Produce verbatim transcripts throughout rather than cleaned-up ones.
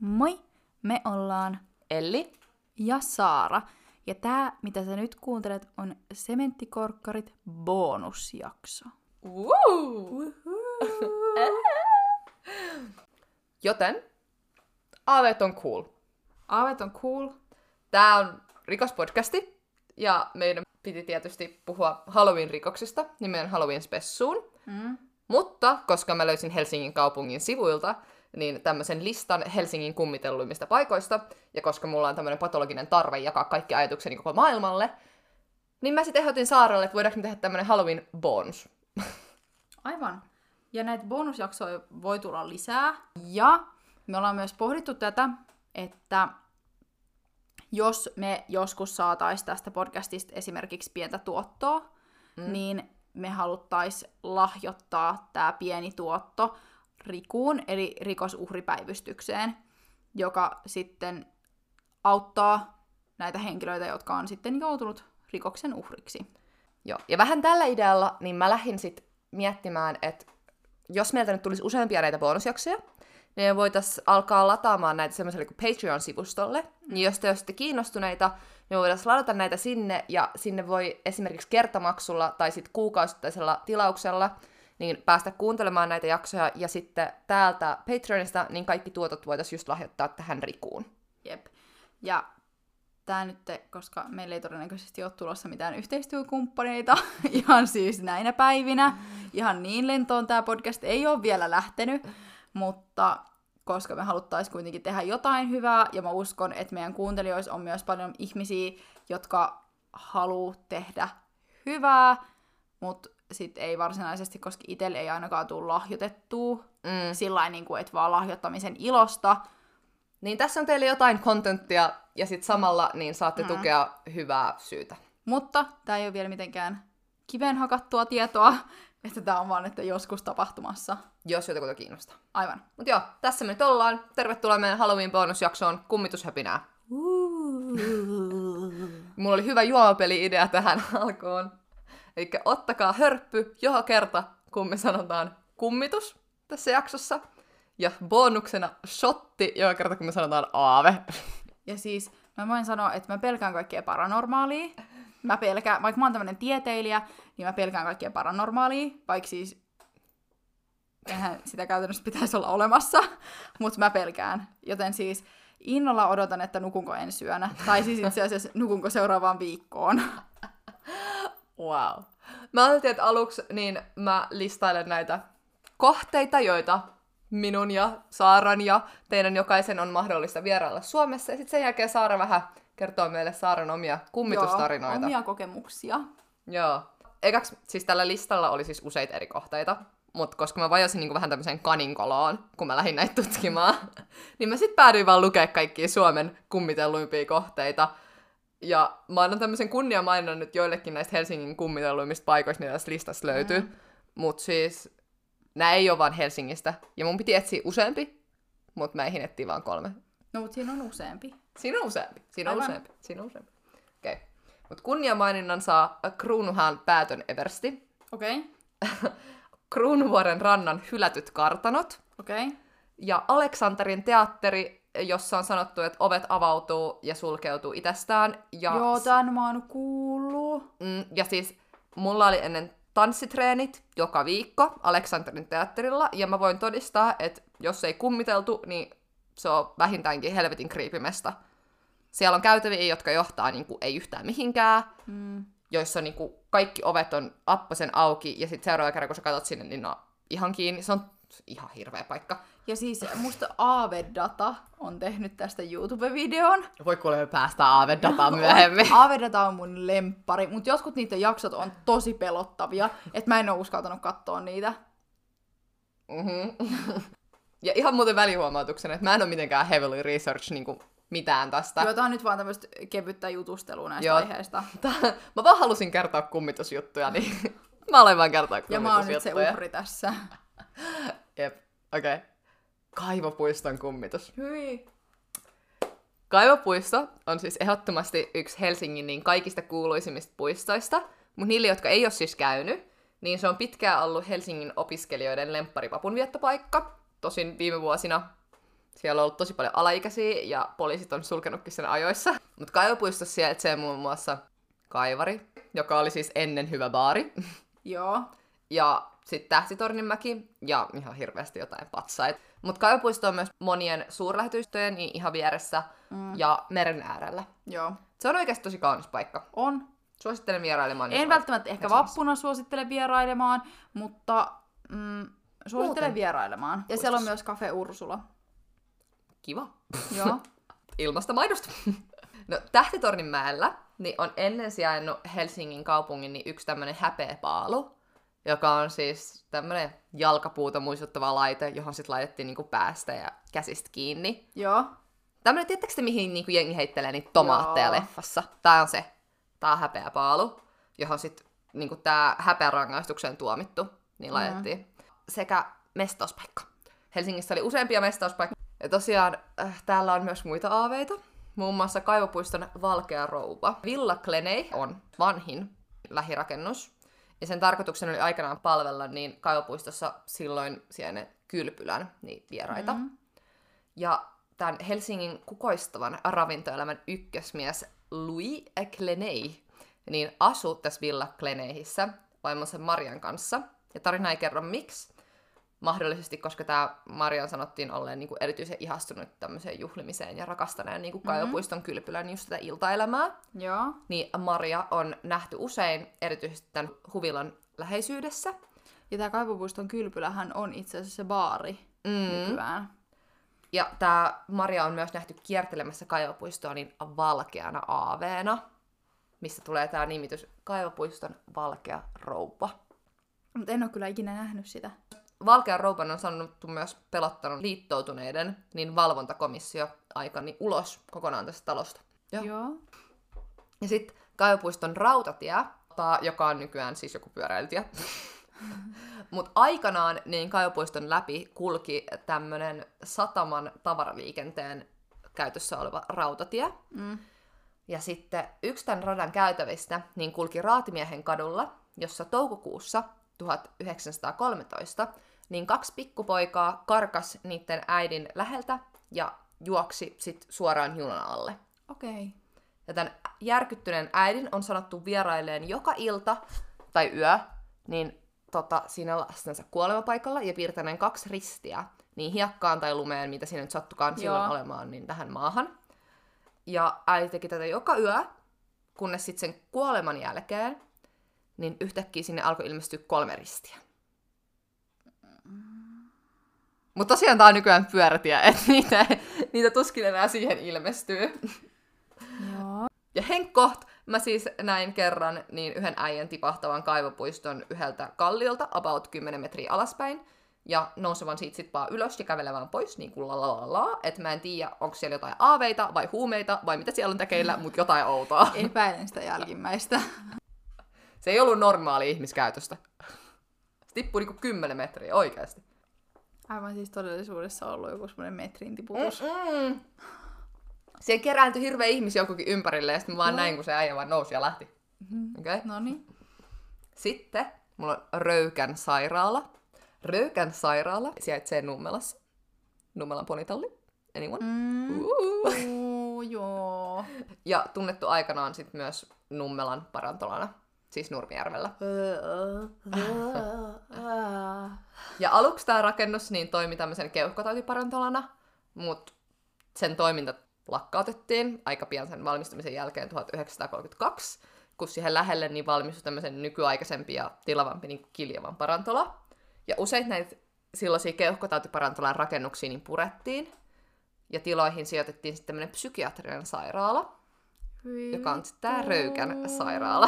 Moi! Me ollaan Elli ja Saara. Ja tää, mitä sä nyt kuuntelet, on Sementtikorkkarit bonusjakso. Woo! Joten, aaveet on cool. Aavet on cool. Tää on rikospodcasti, ja meidän piti tietysti puhua Halloween-rikoksista, nimen Halloween-spessuun. Mm. Mutta, koska mä löysin Helsingin kaupungin sivuilta, niin tämmöisen listan Helsingin kummitelluimmista paikoista, ja koska mulla on tämmöinen patologinen tarve jakaa kaikki ajatukseni koko maailmalle, niin mä sitten ehdotin Saaralle, että voidaanko me tehdä tämmöinen Halloween-bonus. Aivan. Ja näitä bonusjaksoja voi tulla lisää. Ja me ollaan myös pohdittu tätä, että jos me joskus saataisiin tästä podcastista esimerkiksi pientä tuottoa, mm. niin me haluttaisiin lahjoittaa tämä pieni tuotto Rikuun, eli rikosuhripäivystykseen, joka sitten auttaa näitä henkilöitä, jotka on sitten joutunut rikoksen uhriksi. Joo, ja vähän tällä idealla, niin mä lähdin sitten miettimään, että jos meiltä nyt tulisi useampia näitä bonusjaksoja, niin me voitaisiin alkaa lataamaan näitä semmoiselle kuin Patreon-sivustolle. Mm. Niin jos te olisitte kiinnostuneita, niin me voitaisiin ladata näitä sinne, ja sinne voi esimerkiksi kertamaksulla tai sitten kuukausittaisella tilauksella niin päästä kuuntelemaan näitä jaksoja, ja sitten täältä Patreonista niin kaikki tuotot voitaisiin just lahjoittaa tähän Rikuun. Jep. Ja tää nyt, koska meillä ei todennäköisesti ole tulossa mitään yhteistyökumppaneita, ihan siis näinä päivinä, ihan niin lentoon tää podcast ei ole vielä lähtenyt, mutta koska me haluttaisiin kuitenkin tehdä jotain hyvää, ja mä uskon, että meidän kuuntelijoissa on myös paljon ihmisiä, jotka haluaa tehdä hyvää, mutta sitten ei varsinaisesti, koska itselle ei ainakaan tule lahjoitettua, mm. sillain niin kuin, että vaan lahjoittamisen ilosta. Niin tässä on teille jotain contenttia, ja sitten samalla niin saatte mm. tukea hyvää syytä. Mutta tämä ei ole vielä mitenkään kiveen hakattua tietoa, että tämä on vaan, että joskus tapahtumassa. Jos jotakuta kiinnostaa. Aivan. Mut joo, tässä me nyt ollaan. Tervetuloa meidän Halloween-bonusjaksoon Kummitushöpinää. Mulla oli hyvä juomapeli-idea tähän alkuun. Eli ottakaa hörppy joka kerta, kun me sanotaan kummitus tässä jaksossa. Ja bonuksena shotti joka kerta, kun me sanotaan aave. Ja siis mä voin sanoa, että mä pelkään kaikkea paranormaalia. Mä pelkään, vaikka mä oon tämmönen tieteilijä, niin mä pelkään kaikkea paranormaalia. Vaikka siis eihän sitä käytännössä pitäisi olla olemassa, mutta mä pelkään. Joten siis innolla odotan, että nukunko ensi yönä. Tai siis itse asiassa nukunko seuraavaan viikkoon. Wow. Mä ajattelin, että aluksi niin mä listailen näitä kohteita, joita minun ja Saaran ja teidän jokaisen on mahdollista vierailla Suomessa. Ja sitten sen jälkeen Saara vähän kertoo meille Saaran omia kummitustarinoita. Joo, omia kokemuksia. Joo. Eikäks siis tällä listalla oli siis useita eri kohteita, mutta koska mä vajosin niinku vähän tämmöiseen kaninkoloon, kun mä lähdin näitä tutkimaan, niin mä sit päädyin vaan lukea kaikkia Suomen kummitelluimpia kohteita. Ja mä annan tämmöisen kunniamainon nyt joillekin näistä Helsingin kummitelluimmista paikoista, mitä tässä listassa löytyy. Mm. Mut siis nää ei ole vaan Helsingistä. Ja mun piti etsiä useampi, mut mä eihin etsiä vaan kolme. No mut siinä on useampi. Siinä on useampi. Siinä on Aivan. useampi. Siinä on useampi. Okei. Okay. Mut kunniamaininnan saa Kruunuhaan päätön eversti. Okei. Okay. Kruunuvuoren rannan hylätyt kartanot. Okei. Okay. Ja Aleksanterin teatteri, jossa on sanottu, että ovet avautuu ja sulkeutuu itsestään. Ja Joo, tän mä oon kuullut. Mm, ja siis mulla oli ennen tanssitreenit joka viikko Aleksanterin teatterilla, ja mä voin todistaa, että jos ei kummiteltu, niin se on vähintäänkin helvetin kriipimesta. Siellä on käytäviä, jotka johtaa niin kuin, ei yhtään mihinkään, mm. joissa niin kuin, kaikki ovet on apposen auki, ja sitten seuraava kerran, kun sä katsot sinne, niin ne on ihan kiinni. Se on ihan hirveä paikka. Ja siis musta Aavedata on tehnyt tästä YouTube-videon. Voi kuule päästä Aavedataan myöhemmin. Aavedata on mun lemppari, mutta jotkut niiden jaksot on tosi pelottavia, että mä en oo uskaltanut katsoa niitä. Mm-hmm. Ja ihan muuten välihuomautuksena, että mä en oo mitenkään heavily research niinku mitään tästä. Joo, tää on nyt vaan tämmöistä kevyttä jutustelua näistä Joo. aiheista. Mä vaan halusin kertoa kummitusjuttuja, niin mä olen vaan kertoa kummitusjuttuja. Ja mä oon nyt se uhri tässä. Jep, okei. Okay. Kaivopuiston kummitus. Hyi. Kaivopuisto on siis ehdottomasti yksi Helsingin niin kaikista kuuluisimmista puistoista, mutta niille, jotka ei ole siis käynyt, niin se on pitkään ollut Helsingin opiskelijoiden lempparivapunviettopaikka. Tosin viime vuosina Siellä on ollut tosi paljon alaikäisiä ja poliisit on sulkenutkin sen ajoissa. Mutta Kaivopuistossa sijaitsee muun muassa Kaivari, joka oli siis ennen hyvä baari. Joo. Ja sitten Tähtitorninmäki ja ihan hirveästi jotain patsaita. Mutta Kaivopuisto on myös monien suurlähetystöjen niin ihan vieressä mm. ja meren äärellä. Joo. Se on oikeasti tosi kaunis paikka. On. Suosittelen vierailemaan. En välttämättä ehkä vappuna suosittele vierailemaan, mutta mm, suosittelen Muuten. vierailemaan. Ja Puistossa. Siellä on myös Cafe Ursula. Kiva. Joo. Ilmasta maidosta. No, Tähtitorninmäellä niin on ennen sijainnut Helsingin kaupungin niin yksi tämmönen häpeäpaalu, joka on siis tämmönen jalkapuuta muistuttava laite, johon sit laitettiin niinku päästä ja käsistä kiinni. Joo. Tämmönen, tiedättekö te mihin niinku jengi heittelee niitä tomaatteja Joo. leffassa? Tää on se. Tää on häpeäpaalu, johon sit niinku tää häpeärangaistukseen tuomittu, niin mm. laitettiin. Sekä mestauspaikka. Helsingissä oli useampia mestauspaikkoja. Ja tosiaan äh, täällä on myös muita aaveita. Muun muassa Kaivopuiston Valkea rouva. Villa Gleney on vanhin lähirakennus. Ja sen tarkoituksena oli aikanaan palvella niin Kaivopuistossa silloin siellä kylpylän niin vieraita. Mm-hmm. Ja tämän Helsingin kukoistavan ravintoelämän ykkösmies Louis Gleney niin asui tässä Villa Gleneyhissä vaimonsa Marian kanssa. Ja tarina ei kerro miksi. Mahdollisesti, koska tämä Marian sanottiin olleen niinku erityisen ihastunut tämmöiseen juhlimiseen ja rakastaneen niinku Kaivopuiston mm-hmm. kylpylän just tätä iltaelämää. Joo. Niin Maria on nähty usein, erityisesti tämän huvilan läheisyydessä. Ja tämä Kaivopuiston kylpylähän on itse asiassa se baari mm. nykyään. Ja tämä Maria on myös nähty kiertelemässä Kaivopuistoa niin valkeana aaveena, mistä tulee tämä nimitys Kaivopuiston Valkea rouva. Mutta en ole kyllä ikinä nähnyt sitä. Valkean rouvan on sanottu myös pelottanut liittoutuneiden niin valvontakomissio aikani ulos kokonaan tästä talosta. Joo. Joo. Ja sitten Kaivopuiston rautatie, joka on nykyään siis joku pyöräilytie. Mutta aikanaan niin Kaivopuiston läpi kulki tämmönen sataman tavaraliikenteen käytössä oleva rautatie. Mm. Ja sitten yksi tämän radan käytävistä niin kulki Raatimiehen kadulla, jossa toukokuussa tuhatyhdeksänsataakolmetoista niin kaksi pikkupoikaa karkas niiden äidin läheltä ja juoksi sit suoraan junan alle. Okei. Okay. Ja tämän järkyttyneen äidin on sanottu vierailleen joka ilta tai yö niin tota, siinä lastensa kuolemapaikalla ja piirtäneen kaksi ristiä niin hiekkaan tai lumeen, mitä siinä nyt sattukaan silloin Joo. olemaan, niin tähän maahan. Ja äiti teki tätä joka yö, kunnes sitten sen kuoleman jälkeen niin yhtäkkiä sinne alkoi ilmestyä kolme ristiä. Mutta tosiaan tää on nykyään pyörätie, että niitä, niitä tuskin enää siihen ilmestyy. Joo. Ja henkkoht mä siis näin kerran niin yhden äijän tipahtavan Kaivopuiston yhdeltä kalliolta, about kymmenen metriä alaspäin, ja nousevan siitä sit vaan ylös ja kävelevään pois, niin kuin lalalala. Että mä en tiedä, onko siellä jotain aaveita vai huumeita vai mitä siellä on tekeillä, mutta jotain outoa. Epäilen sitä jälkimmäistä. Se ei ollut normaali ihmiskäytöstä. Se tippui niinku kymmenen metriä, oikeasti. Aivan siis todellisuudessa ollut joku semmoinen metrin tiputus. Mm-mm. Siihen kerääntyi hirveä ihmisiä jokukin ympärille, ja sitten mä vaan no. näin, kun se äijä vaan nousi ja lähti. Mm-hmm. Okay? Noniin. Sitten mulla on Röykän sairaala. Röykän sairaala sijaitsee Nummelassa. Nummelan ponitalli. Anyone? Mm. Uh, joo. Ja tunnettu aikanaan sit myös Nummelan parantolana. Siis Nurmijärvellä. Ja aluksi tämä rakennus niin toimi tämmöisen keuhkotautiparantolana, mutta sen toiminta lakkautettiin aika pian sen valmistumisen jälkeen tuhatyhdeksänsataakolmekymmentäkaksi, kun siihen lähelle niin valmistui tämmöisen nykyaikaisempi ja tilavampi niin Kiljavan parantola. Ja usein näitä silloisia keuhkotautiparantolan rakennuksia niin purettiin, ja tiloihin sijoitettiin sitten tämmöinen psykiatrinen sairaala, Vittu. joka on sitten tämä Röykän sairaala.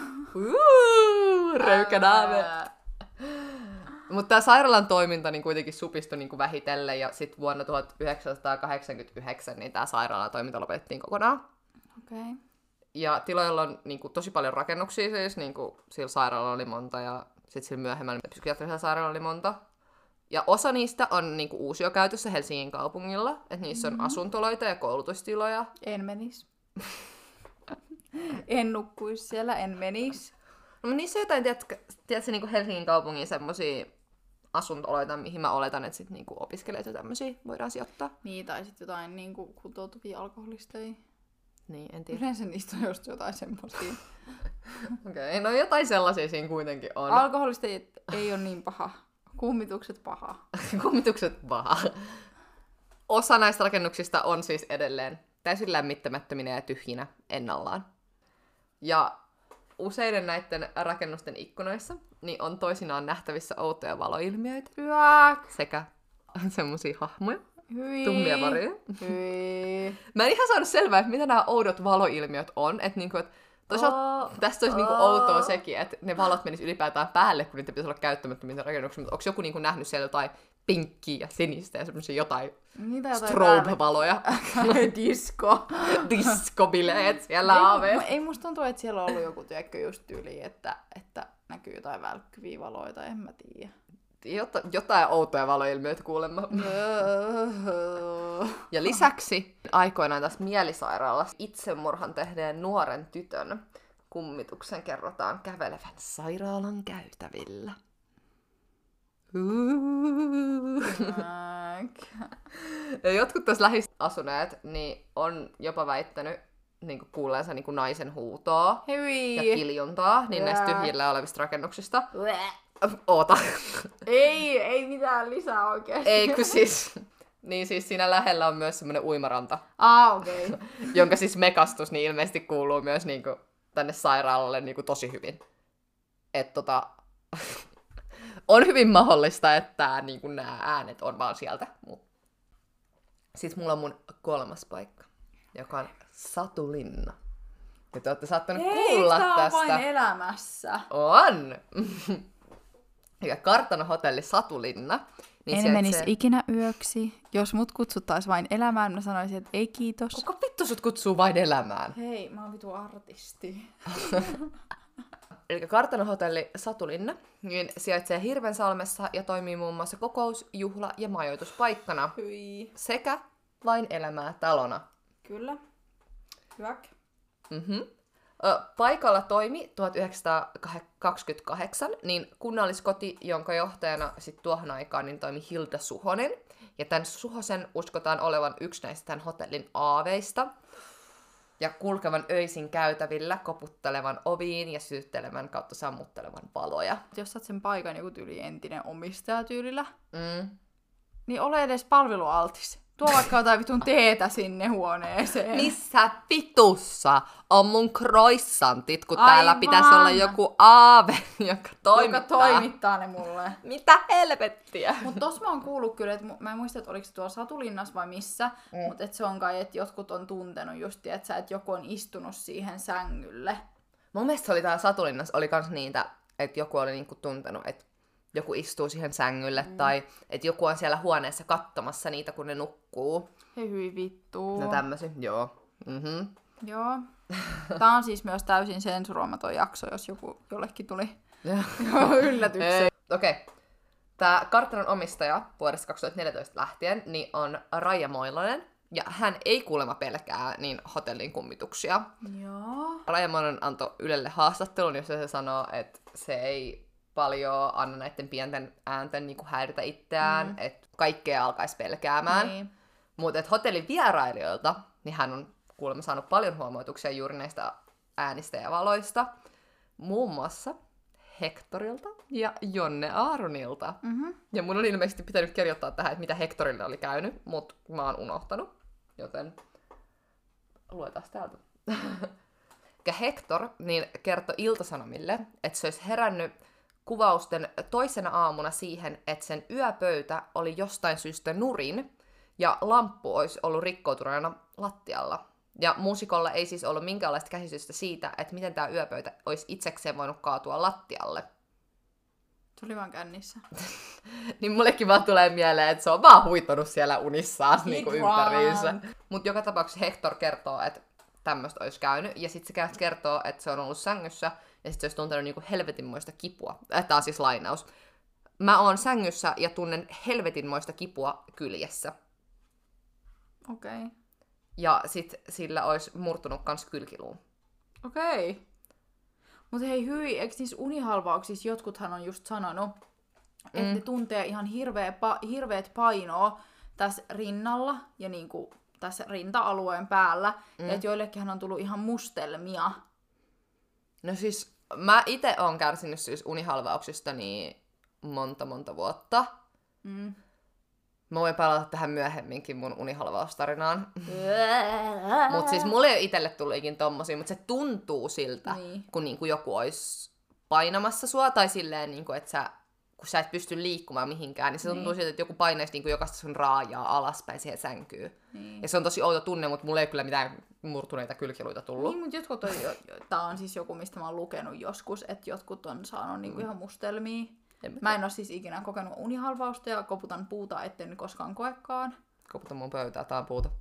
Röykän aave. Mutta tämä sairaalan toiminta niin kuitenkin supistui niin kuin vähitellen, ja sitten vuonna tuhatyhdeksänsataakahdeksankymmentäyhdeksän niin tämä sairaalan toiminta lopetettiin kokonaan. Okay. Ja tiloilla on niin kuin, tosi paljon rakennuksia siis, niin kuin sillä sairaalalla oli monta, ja sitten sillä myöhemmällä psykiatrisella sairaalalla oli monta. Ja osa niistä on niin kuin, uusiokäytössä Helsingin kaupungilla, että niissä mm-hmm. on asuntoloita ja koulutustiloja. En menis. En nukkuisi siellä, en menis. No niissä on jotain, tiedätkö, tiedätkö niin kuin Helsingin kaupungin semmosia asunto-oloita, mihin mä oletan, että sit niinku opiskelijat ja tämmösiä voidaan sijoittaa. Niin, tai sitten jotain niinku kuntoutuvia alkoholisteja. Niin, en tiedä. Yleensä niistä on just jotain semmosia. Okei, okay, no jotain sellaisia siinä kuitenkin on. Alkoholisteet ei ole niin paha. Kummitukset paha. Kummitukset paha. Osa näistä rakennuksista on siis edelleen täysin lämmittämättöminä ja tyhjinä ennallaan. Ja useiden näiden rakennusten ikkunoissa niin on toisinaan nähtävissä outoja valoilmiöitä. Yäk. Sekä semmosia hahmoja. Hyi. Tummia varjoja. Hyi. Mä en ihan saanut selvää, että mitä nämä oudot valoilmiöt on. Että niinku, et toisaalta Oh. tästä olisi niinku Oh. outoa sekin, että ne valot menis ylipäätään päälle, kun niitä pitäisi olla käyttämättömiä rakennuksia. Mutta onko joku niinku nähnyt siellä jotain pinkkiä ja sinistä ja semmoisia jotain Niitä jotain strobe-valoja? Disco. Diskobileet siellä ei, aaveilla. ei musta tuntuu, että siellä on ollut joku tiedätkö just tyyli, että, että näkyy jotain välkkyviä valoita, en mä tiedä. Jota, jotain outoja valoilmiöitä kuulemma. Ja lisäksi aikoinaan tässä mielisairaalassa itsemurhan tehneen nuoren tytön kummituksen kerrotaan kävelevän sairaalan käytävillä. Ja jotkut tässä lähistä asuneet niin on jopa väittänyt niin kuulleensa niin naisen huutoa Hyi. ja kiljuntaa niin näistä Jää. tyhjillä olevista rakennuksista. Oota. Ei, ei mitään lisää oikeesti. Ei kun siis... Niin siis siinä lähellä on myös semmoinen uimaranta, Ah, okei. Okay. jonka siis mekastus niin ilmeisesti kuuluu myös niinku tänne sairaalalle niinku tosi hyvin. Et tota... on hyvin mahdollista, että niinku nämä äänet on vaan sieltä. Mut... Sitten mulla on mun kolmas paikka, joka on Satulinna. Ja te olette saattanut kuulla tää on tästä. vain elämässä. On! Ja kartanohotelli Satulinna. Niin En sijaitsee- menisi ikinä yöksi. Jos mut kutsuttais vain elämään, mä sanoisin, että ei kiitos. Kuka vittu sut kutsuu vain elämään? Hei, mä oon vitu artisti. Eli kartanohotelli Satulinna niin sijaitsee Hirvensalmessa ja toimii muun muassa kokous-, juhla- ja majoituspaikkana Hyi. sekä vain elämää talona. Kyllä. Hyväk. Mm-hmm. Ö, paikalla toimi tuhatyhdeksänsataakaksikymmentäkahdeksan niin kunnalliskoti, jonka johtajana sit tuohon aikaan niin toimi Hilda Suhonen. Ja tämän Suhosen uskotaan olevan yksi näistä tämän hotellin aaveista. Ja kulkevan öisin käytävillä, koputtelevan oviin ja sytyttelevän kautta sammuttelevan valoja. Jos sä oot sen paikan joku tyyli entinen omistaja tyylillä, Mm. niin ole edes palvelualtis. Tuo vaikka jotain vitun teetä sinne huoneeseen. Missä vitussa on mun croissantit, kun Aivan. täällä pitäisi olla joku aave, joka toimittaa? Joka toimittaa ne mulle. Mitä helvettiä? Mutta tossa mä oon kuullut kyllä, että mu- mä en muista, että oliko se tuolla Satulinnassa vai missä, Mm. mutta et se on kai, että jotkut on tuntenut just, että et joku on istunut siihen sängylle. Mun mielestä se oli täällä Satulinnassa, oli kans niitä, että joku oli niinku tuntenut, että joku istuu siihen sängylle, mm. tai että joku on siellä huoneessa katsomassa niitä, kun ne nukkuu. Hei hyi vittu. No tämmösi, joo. Mm-hmm. Joo. Tää on siis myös täysin sensuroimaton jakso, jos joku jollekin tuli yllätyksen. Okei. Okay. Tämä kartanon omistaja vuodesta kaksituhattaneljätoista lähtien niin on Raija Moilonen, ja hän ei kuulemma pelkää niin hotellin kummituksia. Joo. Raija Moilonen antoi Ylelle haastattelun, jossa se sanoo, että se ei paljon anna näiden pienten äänten niin kuin häiritä itseään, mm. että kaikkea alkaisi pelkäämään. Niin. Mutta hotellin vierailijoilta, niin hän on kuulemma saanut paljon huomautuksia juuri näistä äänistä ja valoista. Muun muassa Hektorilta ja Jonne Aaronilta. Mm-hmm. Ja mun on ilmeisesti pitänyt kirjoittaa tähän, että mitä Hektorille oli käynyt, mutta mä oon unohtanut. Joten luetaan täältä. Ja Hector niin kertoi Ilta-Sanomille, että se olisi herännyt kuvausten toisena aamuna siihen, että sen yöpöytä oli jostain syystä nurin ja lamppu olisi ollut rikkoutuneena lattialla. Ja muusikolla ei siis ollut minkäänlaista käsitystä siitä, että miten tämä yöpöytä olisi itsekseen voinut kaatua lattialle. Se oli vaan kännissä. Niin mullekin vaan tulee mieleen, että se on vaan huitonut siellä unissaan niinku It ympäriinsä. wrong. Mutta joka tapauksessa Hector kertoo, että tämmöistä olisi käynyt. Ja sitten se kertoo, että se on ollut sängyssä ja sitten se olisi tuntenut niinku helvetinmoista kipua. Tämä on siis lainaus. Mä oon sängyssä ja tunnen helvetinmoista kipua kyljessä. Okei. Okay. Ja sit sillä olisi murtunut kans kylkiluun. Okei. Okay. Mutta hei hyi, eikö niissä unihalvauksissa jotkuthan on just sanonut, mm. että ne tuntee ihan hirveä, pa- hirveät painoa tässä rinnalla ja niinku tässä rinta-alueen päällä. Mm. Että joillekin on tullut ihan mustelmia. No siis mä itse oon kärsinyt siis unihalvauksista niin monta monta vuotta. Mm. Mä voin palata tähän myöhemminkin mun unihalvaustarinaan. Mut siis mulle ei ole itselle tullut ikin tommosia, mutta se tuntuu siltä, niin. kun niinku joku olisi painamassa sua, tai silleen, niinku, että sä, kun sä et pysty liikkumaan mihinkään, niin se tuntuu niin. siltä, että joku painaisi niinku jokaista sun raajaa alaspäin siihen sänkyyn. Niin. Ja se on tosi outo tunne, mutta mulle ei kyllä mitään murtuneita kylkiluita tullut. Niin, mutta jotkut on, jo, tää on siis joku, mistä mä oon lukenut joskus, että jotkut on saanut niinku mm. ihan mustelmia. En mä en oo siis ikinä kokenut unihalvausta ja koputan puuta, etten nyt koskaan koekaan. Koputan mun pöytää, tää on puuta.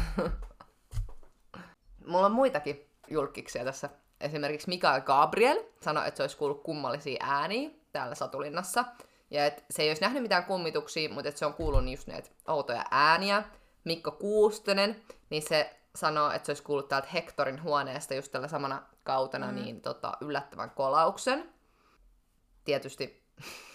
Mulla on muitakin julkkiksia tässä. Esimerkiksi Mikael Gabriel sanoi, että se olisi kuullut kummallisia ääniä täällä Satulinnassa. Ja että se ei olisi nähnyt mitään kummituksia, mutta että se on kuullut just näitä outoja ääniä. Mikko Kuustonen, niin se sanoo, että se olisi kuullut täältä Hectorin huoneesta just tällä samana kautena mm. niin, tota, yllättävän kolauksen. Tietysti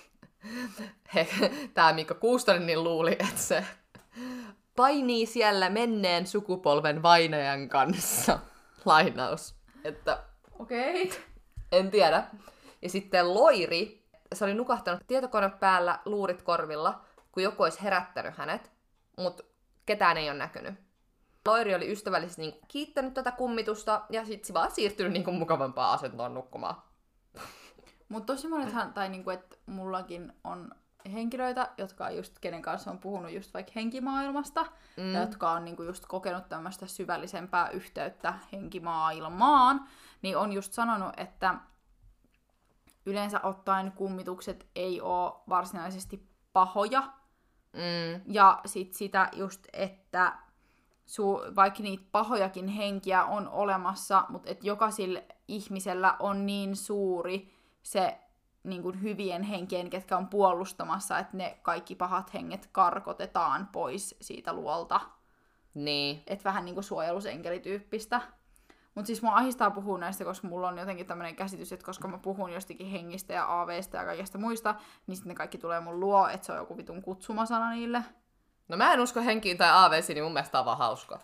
tämä Mikko Kuustonen niin luuli, että se painii siellä menneen sukupolven vainajan kanssa. Lainaus. Että okei. Okay. En tiedä. Ja sitten Loiri, se oli nukahtanut tietokone päällä, luurit korvilla, kun joku olisi herättänyt hänet, mutta ketään ei ole näkynyt. Loiri oli ystävällisesti niin kiittänyt tätä kummitusta ja sitten se vaan siirtynyt niin mukavampaan asentoon nukkumaan. Mutta tosi monethan, tai niinku, että mullakin on henkilöitä, jotka just, kenen kanssa on puhunut just vaikka henkimaailmasta, mm. ja jotka on niinku just kokenut tämmöistä syvällisempää yhteyttä henkimaailmaan, niin on just sanonut, että yleensä ottaen kummitukset ei ole varsinaisesti pahoja, mm. ja sit sitä just, että su, vaikka niitä pahojakin henkiä on olemassa, mutta että jokaisella ihmisellä on niin suuri se niin kuin hyvien henkien, ketkä on puolustamassa, että ne kaikki pahat henget karkotetaan pois siitä luolta. Niin. Että vähän niin kuin suojelusenkelityyppistä. Mutta siis mua ahistaa puhua näistä, koska mulla on jotenkin tämmöinen käsitys, että koska mä puhun jostakin hengistä ja aaveista ja kaikesta muista, niin sitten ne kaikki tulee mun luo, että se on joku vitun kutsumasana niille. No mä en usko henkiin tai aaveisiin, niin mun mielestä tää on vaan hauskaa.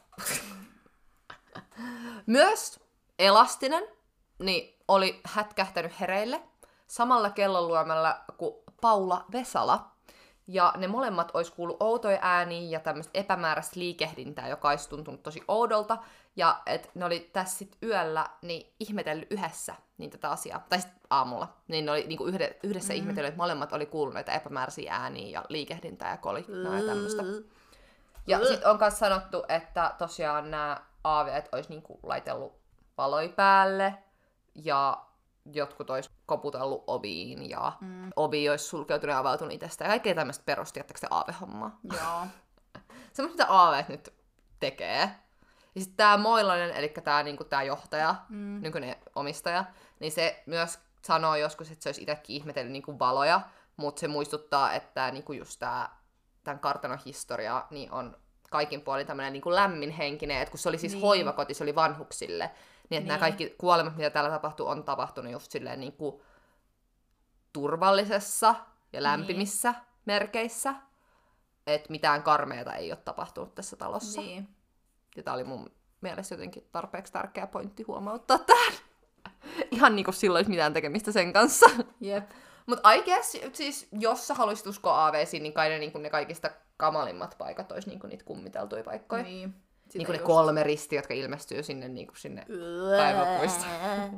Myös Elastinen niin oli hätkähtänyt hereille samalla kellonluomalla kuin Paula Vesala. Ja ne molemmat olisi kuullut outoja ääniä ja tämmöistä epämääräistä liikehdintää, joka olisi tuntunut tosi oudolta. Ja että ne oli tässä sit yöllä niin ihmetellyt yhdessä niin tätä asiaa. Tai sitten aamulla. Niin ne oli niinku yhde, yhdessä mm. ihmetellyt, että molemmat oli kuullut näitä epämääräisiä ääniä ja liikehdintää ja koliknaa ja tämmöistä. Ja sitten on myös sanottu, että tosiaan nämä aaveet olisi niinku laitellut valoi päälle. Ja jotkut olisi koputellut oviin ja mm. ovi olisi sulkeutunut ja avautunut itsestään. Ja kaikkea tämmöistä perusti, että se aavehommaa. Joo. Semmoista, mitä aaveet nyt tekee. Ja sitten tämä Moilanen, eli tämä niinku, johtaja, mm. nykyinen omistaja, niin se myös sanoo joskus, että se olisi itsekin ihmetellyt niinku, valoja, mutta se muistuttaa, että niinku, just tää, tämän kartanon historia niin on kaikin puolin tämmöinen niinku, lämminhenkinen, että kun se oli siis niin. hoivakoti, se oli vanhuksille, niin että niin. nämä kaikki kuolemat, mitä täällä tapahtuu, on tapahtunut just silleen niin kuin turvallisessa ja lämpimissä niin. merkeissä. Että mitään karmeita ei ole tapahtunut tässä talossa. Niin. Ja tää oli mun mielestä jotenkin tarpeeksi tärkeä pointti huomauttaa tähän. Ihan niin kuin silloin olisi mitään tekemistä sen kanssa. Jep. Mut I guess, siis jos sä haluaisit uskoa aaveisiin, niin kai ne, niin ne kaikista kamalimmat paikat olisi niin niitä kummiteltuja paikkoja. Niin. Niin kuin ne kolme ristiä, jotka ilmestyy sinne, niin kuin sinne kaivopuistoon.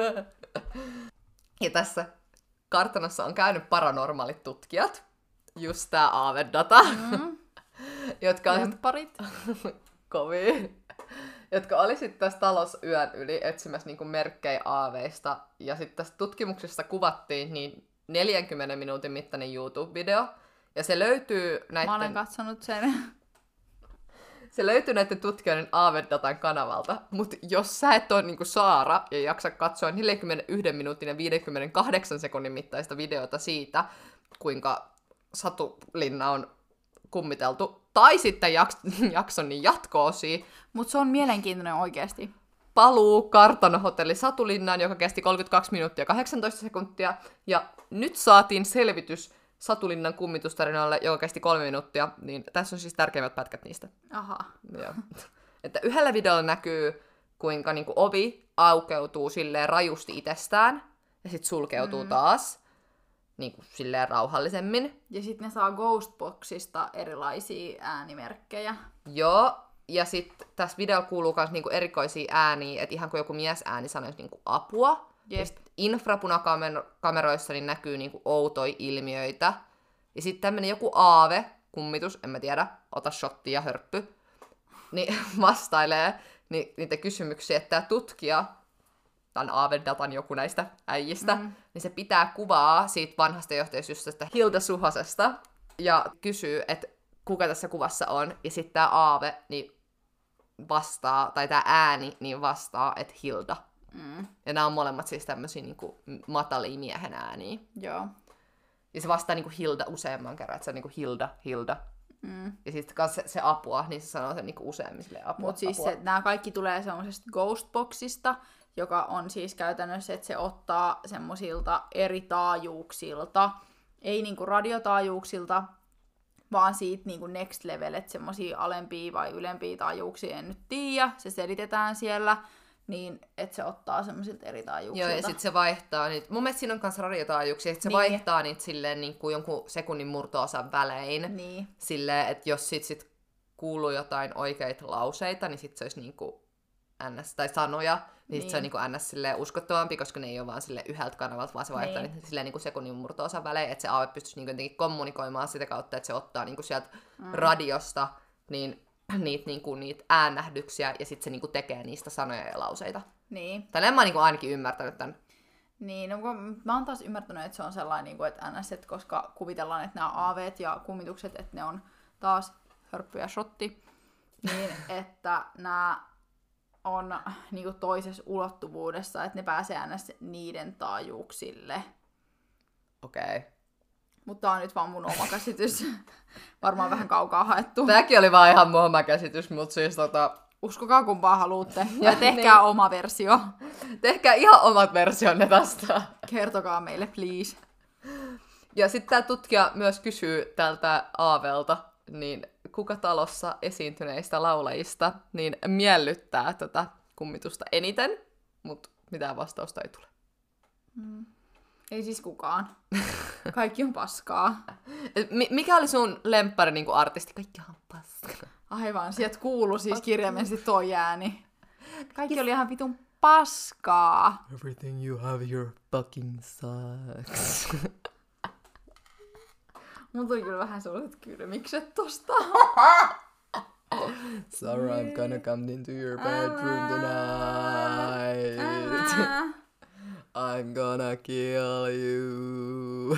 Ja tässä kartanossa on käynyt paranormaalit tutkijat. Just tää aavedata. Mm. jotka on parit. kovia. Jotka oli sitten tässä talossa yön yli etsimässä niinku merkkejä aaveista. Ja sitten tässä tutkimuksessa kuvattiin niin neljänkymmenen minuutin mittainen YouTube-video. Ja se löytyy näiden... Mä olen katsonut sen. Se löytyy näiden tutkijoiden aavedatan kanavalta, mutta jos sä et ole niinku Saara ja jaksa katsoa neljänkymmenenyhden minuutin ja viidenkymmenenkahdeksan sekunnin mittaista videota siitä, kuinka Satulinna on kummiteltu, tai sitten jaks- jakson niin jatko-osia. Mutta se on mielenkiintoinen oikeasti. Paluu kartanohotelli Satulinnaan, joka kesti kolmekymmentäkaksi minuuttia ja kahdeksantoista sekuntia, ja nyt saatiin selvitys Satulinnan kummitustarinalle, joka kesti kolme minuuttia, niin tässä on siis tärkeimmät pätkät niistä. Aha. Joo. Että yhdellä videolla näkyy, kuinka niinku ovi aukeutuu silleen rajusti itsestään, ja sitten sulkeutuu mm. taas, niinku silleen rauhallisemmin. Ja sitten ne saa Ghostboxista erilaisia äänimerkkejä. Joo, ja sitten tässä videolla kuuluu myös niinku erikoisia ääniä, että ihan kuin joku mies ääni sanoisi niinku apua. Yep. Infrapunakameroissa niin näkyy niinku outoja ilmiöitä. Ja sitten tämmönen joku aave, kummitus, en mä tiedä, ota shotti ja hörppy, niin vastailee ni- niitä kysymyksiä, että tämä tutkija, tämän aave-datan joku näistä äijistä, mm. niin se pitää kuvaa siitä vanhasta johtajasta Hilda Suhosesta ja kysyy, että kuka tässä kuvassa on. Ja sitten tämä aave niin vastaa, tai tämä ääni niin vastaa, että Hilda. Mm. Ja nämä on molemmat siis tämmöisiä niinku matalia miehen ääniä. Joo. Ja se vastaa niinku Hilda useamman kerran, että se on niinku Hilda, Hilda. Mm. Ja sitten se, se apua, niin se sanoo sen niinku useammin silleen apua, Mutta siis apua. se, nämä kaikki tulee semmoisesta Ghostboxista, joka on siis käytännössä, että se ottaa semmoisilta eri taajuuksilta, ei niinku radiotaajuuksilta, vaan siitä niinku next level, että semmoisia alempia vai ylempiä taajuuksia en nyt tiedä, se selitetään siellä, niin että se ottaa semmoisilta eri taajuuksilta. Joo, ja sitten se vaihtaa niitä. Mun mielestä siinä on myös radiotaajuuksia, että se niin. vaihtaa niitä silleen niin kuin jonkun sekunnin murto-osan välein. Niin. Silleen, että jos sit, sit kuuluu jotain oikeita lauseita, niin sit se olisi niin kuin ns, tai sanoja, niin, niin. Sit se on niin kuin ns silleen uskottavampi, koska ne ei ole vaan silleen yhdeltä kanavalta, vaan se vaihtaa niin. niitä silleen niin kuin sekunnin murto-osan välein, että se aave pystyisi niin kuin jotenkin kommunikoimaan sitä kautta, että se ottaa niin kuin sieltä mm. radiosta, niin niitä, niinku, niitä äännähdyksiä ja sitten se niinku, tekee niistä sanoja ja lauseita. Niin. Tälleen mä oon niinku, ainakin ymmärtänyt tämän. Niin, no, mä oon taas ymmärtänyt, että se on sellainen, niinku, että ns, että koska kuvitellaan, että nämä aaveet ja kummitukset, että ne on taas hörppy ja shotti, niin että nämä on niinku, toisessa ulottuvuudessa, että ne pääsee ns niiden taajuuksille. Okei. Okay. Mutta tää on nyt vaan mun oma käsitys. Varmaan vähän kaukaa haettu. Tääkin oli vaan ihan mun oma käsitys, mutta siis tota... Uskokaa kumpaa haluatte. Ja tehkää niin. oma versio. Tehkää ihan omat versionne tästä. Kertokaa meille, please. Ja sitten tää tutkija myös kysyy tältä aavelta, niin kuka talossa esiintyneistä laulajista niin miellyttää tätä kummitusta eniten, mutta mitään vastausta ei tule. Mm. Ei siis kukaan. Kaikki on paskaa. M- mikä oli sun lemppari niin kuin artisti? Kaikki on paskaa. Aivan, sieltä kuului siis kirjaimellisesti toi ääni. Kaikki oli ihan vitun paskaa. Everything you have your fucking sucks. Mun tuli kyllä vähän sellaiset kylmikset tosta. Sorry, I'm gonna come into your bedroom tonight. I'm gonna kill you.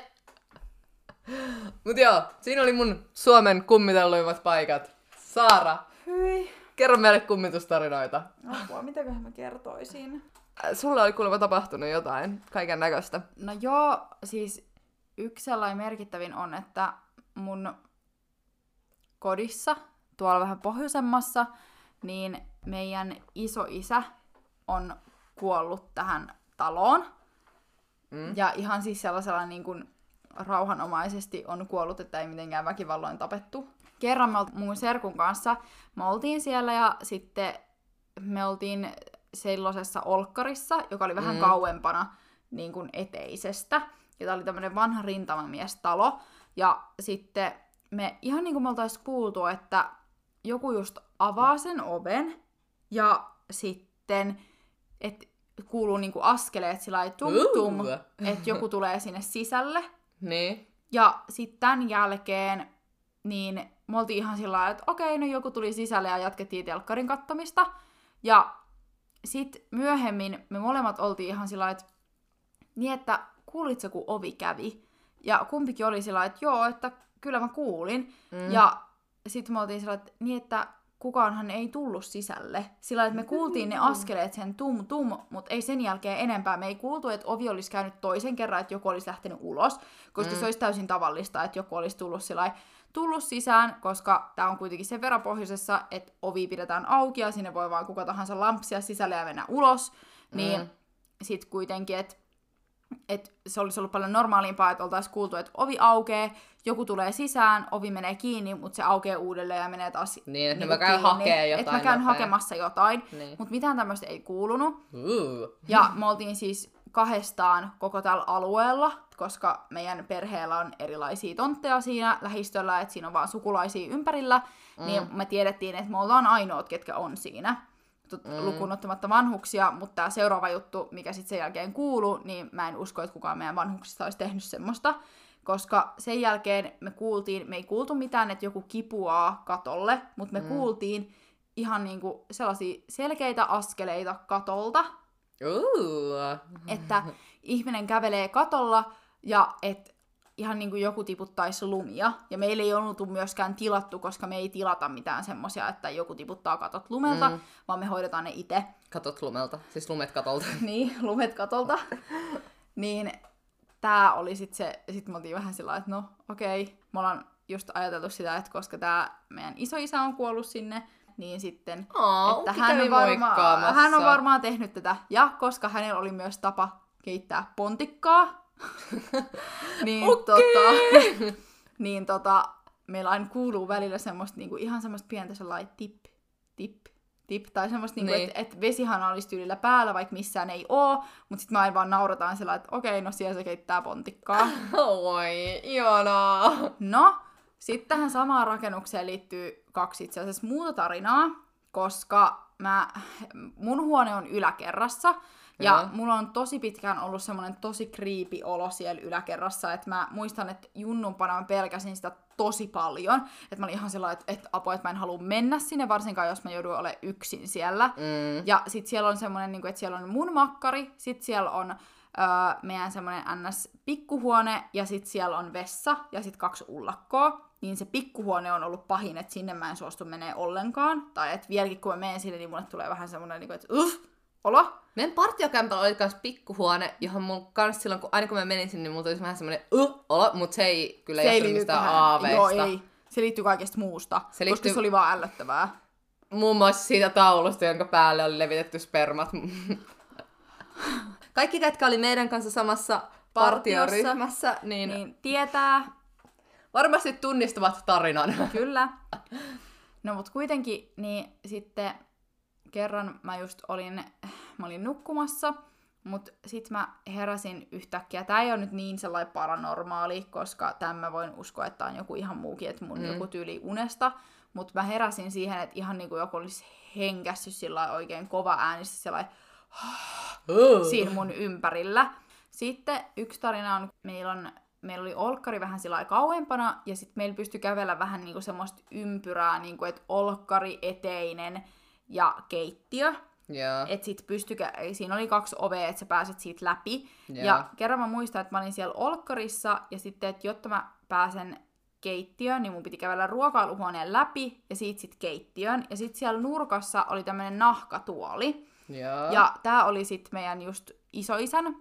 Mut joo, siinä oli mun Suomen kummitelluimmat paikat. Saara, hyi. Kerro meille kummitustarinoita. Apua, mitäköhän mä kertoisin? Sulla oli kuulemma tapahtunut jotain kaiken näköistä. No joo, siis yksi sellainen merkittävin on, että mun kodissa, tuolla vähän pohjoisemmassa, niin meidän isoisä on kuollut tähän taloon. Mm. Ja ihan siis sellaisella niin kuin rauhanomaisesti on kuollut, että ei mitenkään väkivalloin tapettu. Kerran me oltiin mun serkun kanssa, me oltiin siellä ja sitten me oltiin sellaisessa olkkarissa, joka oli vähän mm. kauempana niin kuin eteisestä. Ja tää oli tämmönen vanha rintamamiestalo. Ja sitten me ihan niin kuin me oltais kuultu, että joku just avaa sen oven ja sitten, että kuuluu niinku askeleet sillä tum tum, uh. että joku tulee sinne sisälle. Niin. Ja sitten tämän jälkeen niin me oltiin ihan sillä lailla, että okei, no joku tuli sisälle ja jatkettiin telkkarin kattomista. Ja sitten myöhemmin me molemmat oltiin ihan sillä lailla, että niin, että kuulitko, kun ovi kävi? Ja kumpikin oli sillä lailla, että joo, että kyllä mä kuulin. Mm. Ja sitten me oltiin sillä lailla, että niin, että kukaanhan ei tullut sisälle. Sillä että me kuultiin ne askeleet sen tum tum, mutta ei sen jälkeen enempää. Me ei kuultu, että ovi olisi käynyt toisen kerran, että joku olisi lähtenyt ulos, koska mm. se olisi täysin tavallista, että joku olisi tullut sillä tullut sisään, koska tämä on kuitenkin sen verran pohjoisessa, että ovi pidetään auki ja sinne voi vaan kuka tahansa lampsia sisälle ja mennä ulos. Niin mm. sitten kuitenkin, että että se olisi ollut paljon normaalimpaa, että oltaisiin kuultu, että ovi aukeaa, joku tulee sisään, ovi menee kiinni, mutta se aukeaa uudelleen ja menee taas niin, että niinku mä käyn hakemaan jotain. Että mä käyn nopea. hakemassa jotain, Niin. mutta mitään tämmöistä ei kuulunut. Uh. Ja me oltiin siis kahdestaan koko tällä alueella, koska meidän perheellä on erilaisia tontteja siinä lähistöllä, että siinä on vaan sukulaisia ympärillä, mm. niin me tiedettiin, että me ollaan ainoat, ketkä on siinä. Mm. Lukuun ottamatta vanhuksia, mutta tämä seuraava juttu, mikä sitten sen jälkeen kuuluu, niin mä en usko, että kukaan meidän vanhuksista olisi tehnyt semmoista, koska sen jälkeen me kuultiin, me ei kuultu mitään, että joku kipuaa katolle, mutta me mm. kuultiin ihan niinku sellaisia selkeitä askeleita katolta, Uh. että ihminen kävelee katolla ja että ihan niin kuin joku tiputtaisi lumia. Ja meillä ei ollut myöskään tilattu, koska me ei tilata mitään semmosia, että joku tiputtaa katot lumelta, mm. vaan me hoidetaan ne itse. Katot lumelta, siis lumet katolta. Niin, lumet katolta. Niin tää oli sit se, sit me oltiin vähän sillä että no okei, okay. Me ollaan just ajateltu sitä, että koska tää meidän isoisä on kuollut sinne, niin sitten, Aa, että hän on, varmaan, hän on varmaan tehnyt tätä. Ja koska hänellä oli myös tapa keittää pontikkaa, niin, tota, niin tota, meillä aina kuuluu välillä semmoista niinku, ihan semmoista pientä sellainen tip, tip, tip, tai semmoista, niinku, niin. että et vesihana olisi tyylillä päällä, vaikka missään ei oo, mutta sitten me aina vaan naurataan sellainen, että okei, no siellä se keittää pontikkaa. Oi, ihanaa. No, sitten tähän samaan rakennukseen liittyy kaksi itse asiassa muuta tarinaa, koska mä, mun huone on yläkerrassa, ja ja mulla on tosi pitkään ollut semmoinen tosi creepy olo siellä yläkerrassa, että mä muistan, että junnumpana mä pelkäsin sitä tosi paljon, että mä olin ihan sellainen, että, että apua, että mä en halua mennä sinne, varsinkaan jos mä joudun olemaan yksin siellä. Mm. Ja sit siellä on semmoinen, että siellä on mun makkari, sit siellä on öö, meidän semmoinen ns-pikkuhuone, ja sit siellä on vessa, ja sit kaksi ullakkoa. Niin se pikkuhuone on ollut pahin, että sinne mä en suostu menee ollenkaan. Tai että vieläkin kun mä menen sinne, niin mulle tulee vähän semmoinen, että uff, olo. Meidän partiokämpällä oli kans pikkuhuone, johon mun kans silloin, kun aina kun mä menin sinne, niin mulla tuli vähän semmoinen uh, olo, mutta se ei kyllä se johtunut mistään tähän aaveista. Joo, ei. Se liittyy kaikesta muusta, se liittyy... koska se oli vaan ällöttävää. Muun muassa siitä taulusta, jonka päälle oli levitetty spermat. Kaikki, ketkä oli meidän kanssa samassa partioryhmässä, niin... niin tietää. Varmasti tunnistavat tarinan. Kyllä. No mut kuitenkin, niin sitten kerran mä just olin, mä olin nukkumassa, mut sit mä heräsin yhtäkkiä. Tää ei ole nyt niin sellainen paranormaali, koska tämän mä voin uskoa, että on joku ihan muukin, että mun mm. joku tyyli unesta. Mut mä heräsin siihen, että ihan niinku joku olisi henkässyt sillä oikein kova äänisesti sellainen uh. siinä mun ympärillä. Sitten yksi tarina on, meillä on Meillä oli olkkari vähän sillä kauempana, ja sitten meillä pystyi kävellä vähän niinku semmoista ympyrää, niinku, että olkkari, eteinen ja keittiö. Yeah. Et sit pystyi, siinä oli kaksi ovea, että sä pääset siitä läpi. Yeah. Ja kerran mä muistan, että mä olin siellä olkkarissa, ja sitten, että jotta mä pääsen keittiöön, niin mun piti kävellä ruokailuhuoneen läpi, ja siitä sit keittiöön. Ja sitten siellä nurkassa oli tämmönen nahkatuoli. Yeah. Ja tää oli sitten meidän just isoisän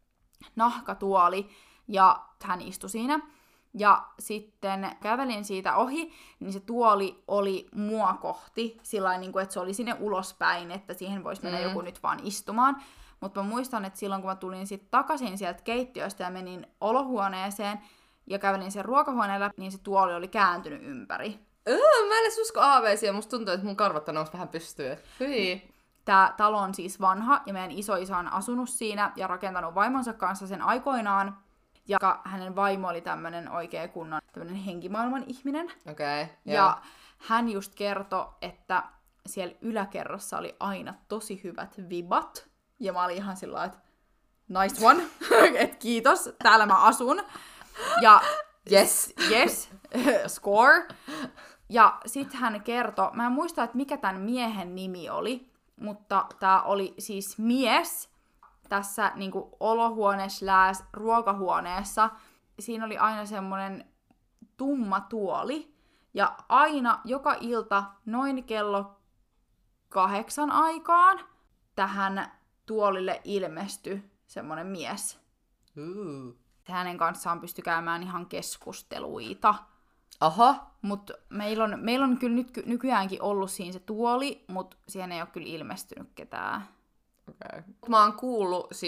nahkatuoli. Ja hän istui siinä. Ja sitten kävelin siitä ohi, niin se tuoli oli mua kohti, sillain, niin kuin, että se oli sinne ulospäin, että siihen voisi mennä mm. joku nyt vaan istumaan. Mutta mä muistan, että silloin kun mä tulin sitten takaisin sieltä keittiöstä ja menin olohuoneeseen ja kävelin sen ruokahuoneen läpi, niin se tuoli oli kääntynyt ympäri. Öö, mä en edes usko aaveisia, musta tuntuu, että mun karvat on noussut vähän pystyyn. Hyi. Tää talo on siis vanha ja meidän isoisä on asunut siinä ja rakentanut vaimonsa kanssa sen aikoinaan. Ja hänen vaimo oli tämmönen oikein kunnon tämmönen henkimaailman ihminen. Okay, ja yeah. hän just kertoi, että siellä yläkerrassa oli aina tosi hyvät vibat. Ja mä olin ihan sillä että nice one, että kiitos, täällä mä asun. Ja yes, yes, score. Ja sit hän kertoi, mä en muista, että mikä tämän miehen nimi oli, mutta tää oli siis mies, tässä niinku olohuone slash ruokahuoneessa, siinä oli aina semmonen tumma tuoli. Ja aina joka ilta noin kello kahdeksan aikaan tähän tuolille ilmestyi semmonen mies. Uh. Hänen kanssaan pystyi käymään ihan keskusteluita. Aha. Mut meillä on, meil on kyllä nyt, nykyäänkin ollut siinä se tuoli, mutta siihen ei ole kyllä ilmestynyt ketään. Okay. Mä oon kuullut siis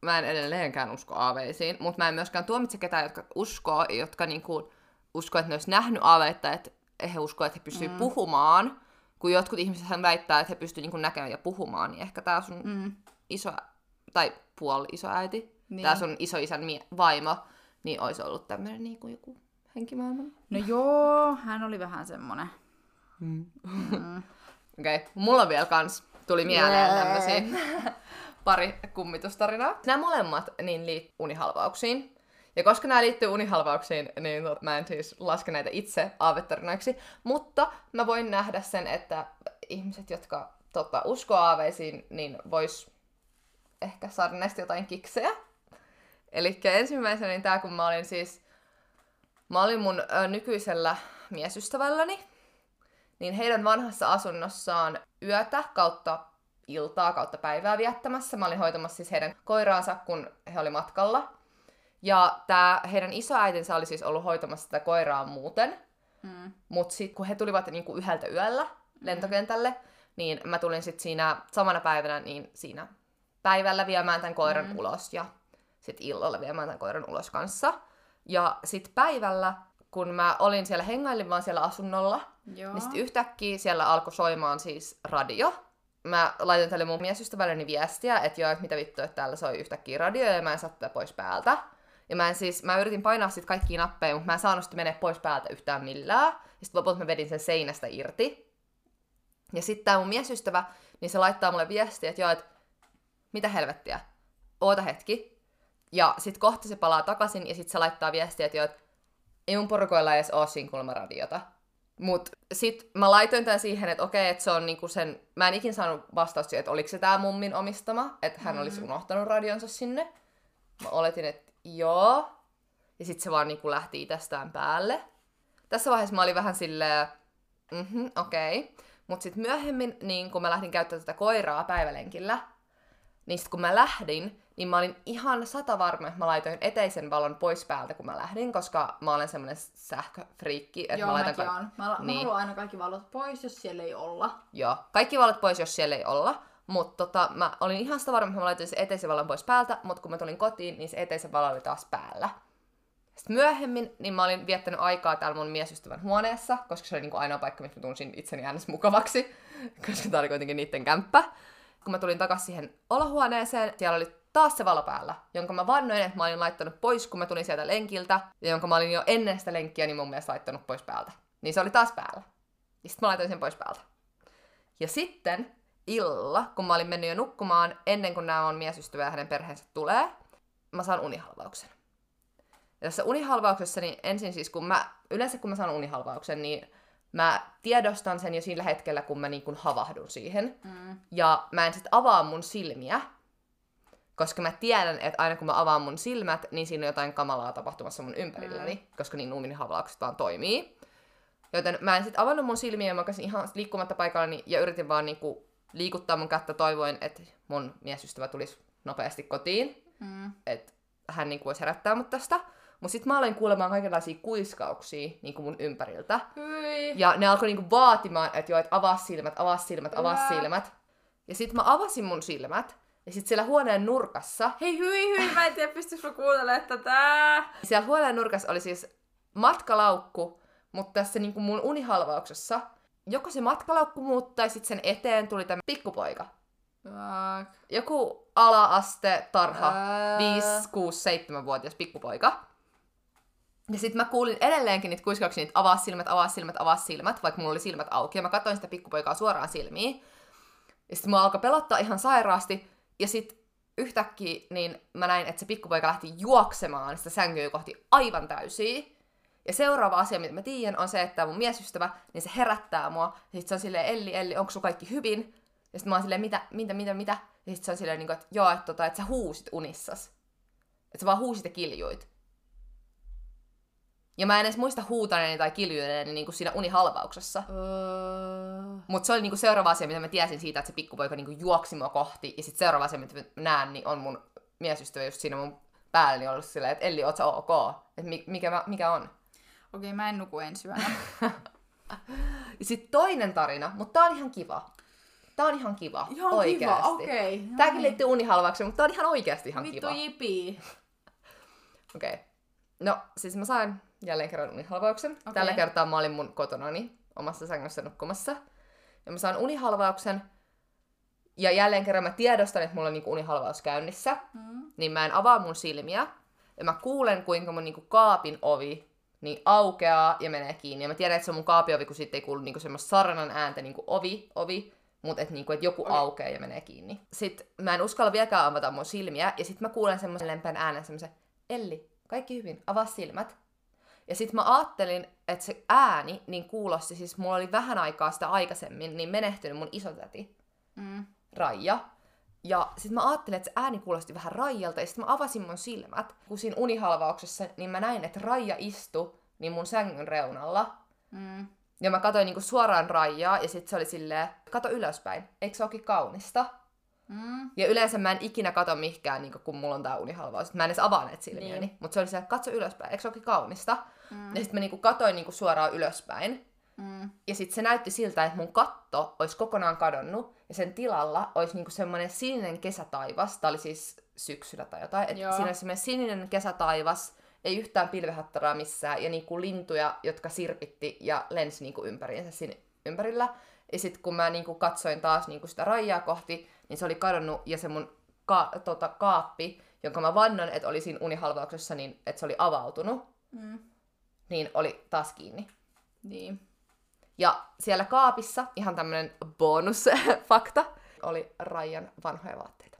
mä en edelleenkään usko aaveisiin, mutta mä en myöskään tuomitse ketään, jotka uskoo, jotka niinku uskoo, että ne olisi nähnyt aaveita, että he uskoo, että he pystyvät mm. puhumaan, kun jotkut ihmiset väittää, että he pystyvät niinku näkemään ja puhumaan, niin ehkä tää sun mm. iso, tai puoli isoäiti, niin. tää sun isoisän mie- vaimo, niin olisi ollut tämmöinen niinku joku henkimaailma. No joo, hän oli vähän semmonen. Mm. Mm. Okei, okay. Mulla on vielä kans, tuli mieleen yeah. tämmösiä pari kummitustarinaa. Nämä molemmat niin liittyy unihalvauksiin. Ja koska nämä liittyy unihalvauksiin, niin mä en siis laske näitä itse aavetarinoiksi, mutta mä voin nähdä sen, että ihmiset, jotka tota, uskoo aaveisiin, niin vois ehkä saada näistä jotain kiksejä. Eli ensimmäisenä niin tää, kun mä olin siis, mä olin mun ö, nykyisellä miesystävälläni, niin heidän vanhassa asunnossaan yötä kautta iltaa kautta päivää viettämässä. Mä olin hoitamassa siis heidän koiraansa, kun he oli matkalla. Ja tää heidän isoäitinsä oli siis ollut hoitamassa sitä koiraa muuten. Mm. Mut sit kun he tulivat niinku yhdeltä yöllä lentokentälle, mm. niin mä tulin sit siinä samana päivänä niin siinä päivällä viemään tämän koiran mm. ulos ja sit illalla viemään tämän koiran ulos kanssa. Ja sit päivällä, kun mä olin siellä, hengailin vaan siellä asunnolla, Joo. niin sit yhtäkkiä siellä alkoi soimaan siis radio. Mä laitan tälle mun miesystävälleni viestiä, että joo, että mitä vittua, että täällä soi yhtäkkiä radio ja mä en saa tätä pois päältä. Ja mä en siis, mä yritin painaa sit kaikkia nappeja, mutta mä en saanut sitä menee pois päältä yhtään millään. Ja sit lopulta mä vedin sen seinästä irti. Ja sit tää mun miesystävä, niin se laittaa mulle viestiä, että joo, että mitä helvettiä, oota hetki. Ja sit kohta se palaa takaisin ja sit se laittaa viestiä, että joo, että ei mun porukoilla edes oo siinä kulma radiota. Mut sit mä laitoin tän siihen, että okei, että se on niinku sen, mä en ikin saanut vastausta siihen, että oliko se tää mummin omistama, että hän mm. olisi unohtanut radionsa sinne. Mä oletin, että joo. Ja sit se vaan niinku lähti itsestään päälle. Tässä vaiheessa mä olin vähän silleen, mhm, okei. Okay. Mut sit myöhemmin, niin kun mä lähdin käyttämään tätä koiraa päivälenkillä, niin sit kun mä lähdin, niin mä olin ihan sata varma, että mä laitoin eteisen valon pois päältä, kun mä lähdin, koska mä olen semmonen sähköfriikki. Että Joo, mä laitan mäkin ka- on. Mä, niin. mä haluan aina kaikki valot pois, jos siellä ei olla. Joo, kaikki valot pois, jos siellä ei olla. Mutta tota, mä olin ihan sitä varma, että mä laitoin sen eteisen valon pois päältä, mutta kun mä tulin kotiin, niin se eteisen valo oli taas päällä. Sitten myöhemmin niin mä olin viettänyt aikaa täällä mun miesystävän huoneessa, koska se oli niinku ainoa paikka, missä mä tunsin itseni äänes mukavaksi, koska tää oli kuitenkin niitten kämppä. Kun mä tulin takaisin siihen olohuoneeseen, siellä oli taas se valo päällä, jonka mä vannoin, että mä olin laittanut pois, kun mä tulin sieltä lenkiltä, ja jonka mä olin jo ennen sitä lenkkiä, niin mun mielestä laittanut pois päältä. Niin se oli taas päällä. Ja sitten mä laitoin sen pois päältä. Ja sitten illalla, kun mä olin mennyt jo nukkumaan, ennen kuin nämä on miesystävä ja hänen perheensä tulee, mä saan unihalvauksen. Ja tässä unihalvauksessa, niin ensin siis kun mä, yleensä kun mä saan unihalvauksen, niin mä tiedostan sen jo sillä hetkellä, kun mä niin kun havahdun siihen. Mm. Ja mä en sit avaa mun silmiä, koska mä tiedän, että aina kun mä avaan mun silmät, niin siinä on jotain kamalaa tapahtumassa mun ympärilläni, mm. koska niin unihalvaukset vaan toimii. Joten mä en sit avannut mun silmiä ja mä käsin ihan liikkumatta paikallani ja yritin vaan niinku liikuttaa mun kättä toivoen, että mun miesystävä tulisi nopeasti kotiin. Mm. Että hän niinku voisi herättää mut tästä. Mut sit mä aloin kuulemaan kaikenlaisia kuiskauksia niinku mun ympäriltä. Hyi. Ja ne alkoi niinku vaatimaan, että joo, et avaa silmät, avaa silmät, avaa Ää. silmät. Ja sit mä avasin mun silmät. Ja sit siellä huoneen nurkassa... Hei hyi hyi, mä en tiedä pystyis mä kuuntelemaan tätä. Siellä huoneen nurkassa oli siis matkalaukku, mutta tässä niinku mun unihalvauksessa joko se matkalaukku muuttui tai sit sen eteen tuli tämä pikkupoika. Ää. Joku ala-aste, tarha, viisi, kuusi, seitsemän-vuotias pikkupoika. Ja sit mä kuulin edelleenkin niitä kuiskauksia, niitä avaa silmät, avaa silmät, avaa silmät, vaikka mulla oli silmät auki. Ja mä katsoin sitä pikkupoikaa suoraan silmiin. Ja sit mua alkoi pelottaa ihan sairaasti. Ja sit yhtäkkiä niin mä näin, että se pikkupoika lähti juoksemaan sitä sänkyä kohti aivan täysiä. Ja seuraava asia, mitä mä tiedän, on se, että mun miesystävä, niin se herättää mua. Ja sit se on silleen, Elli, Elli, onko sun kaikki hyvin? Ja sit mä oon silleen, mitä, mitä, mitä, mitä? Ja sit se on silleen, että joo, että, tota, että sä huusit unissas. Että sä vaan huusit ja kiljuit. Ja mä en edes muista huutaneeni tai kiljuneeni niin siinä unihalvauksessa. Uh... Mutta se oli niin seuraava asia, mitä mä tiesin siitä, että se pikkupoika niin juoksi mua kohti. Ja sitten seuraava asia, mitä mä näen, niin on mun miesystävä just siinä mun päällä niin ollut silleen, että Elli, oot sä ok? Että mikä, mikä on? Okei, okay, mä en nuku ensi yönä. Ja sitten toinen tarina, mutta tää on ihan kiva. Tää on ihan kiva, Ihan oikeesti. kiva, okei. Okay. Tääkin No liittyy unihalvaukseen, mutta tää on ihan oikeesti ihan Vittu kiva. jipii. Okei. Okay. No, siis mä sain jälleen kerran unihalvauksen. Okay. Tällä kertaa mä olin mun kotonani omassa sängyssä nukkumassa. Ja mä saan unihalvauksen. Ja jälleen kerran mä tiedostan, että mulla on niinku unihalvaus käynnissä. Mm. Niin mä en avaa mun silmiä. Ja mä kuulen, kuinka mun niinku kaapin ovi niin aukeaa ja menee kiinni. Ja mä tiedän, että se on mun kaapin ovi, kun siitä ei kuulu niinku semmoista saranan ääntä, niinku ovi, ovi. Mutta että niinku, et joku okay. aukeaa ja menee kiinni. Sitten mä en uskalla vieläkään avata mun silmiä. Ja sitten mä kuulen semmoisen lempeän äänen semmoisen, Elli, kaikki hyvin, avaa silmät. Ja sitten mä ajattelin, että se ääni niin kuulosti, siis mulla oli vähän aikaa sitä aikaisemmin, niin menehtynyt mun isotäti, mm. Raija. Ja sitten mä ajattelin, että se ääni kuulosti vähän Raijalta, ja sitten mä avasin mun silmät. Kun siinä unihalvauksessa, niin mä näin, että Raija istui niin mun sängyn reunalla. Mm. Ja mä katsoin niinku suoraan Raijaa, ja sitten se oli silleen, kato ylöspäin, eikö se olekin kaunista? Mm. Ja yleensä mä en ikinä kato mihinkään, niin kun mulla on tää unihalvaus. Mä en edes avaa näitä silmiäni. Niin. Mutta se oli se, katso ylöspäin, eikö se olekin kaunista? Mm. Ja sit mä niinku katoin niinku suoraan ylöspäin. Mm. Ja sit se näytti siltä, että mun katto olisi kokonaan kadonnut. Ja sen tilalla olisi niinku semmoinen sininen kesätaivas. Tää oli siis syksyllä tai jotain. Että siinä oli semmoinen sininen kesätaivas. Ei yhtään pilvehattaraa missään. Ja niinku lintuja, jotka sirpitti ja lensi niinku ympäriinsä siinä ympärillä. Ja sit kun mä niinku katsoin taas niinku sitä Raijaa kohti, niin se oli kadonnut ja se mun ka- tota, kaappi, jonka mä vannon, että oli siinä unihalvauksessa, niin että se oli avautunut, mm. niin oli taas kiinni. Niin. Ja siellä kaapissa, ihan tämmönen bonusfakta, oli Raijan vanhoja vaatteita.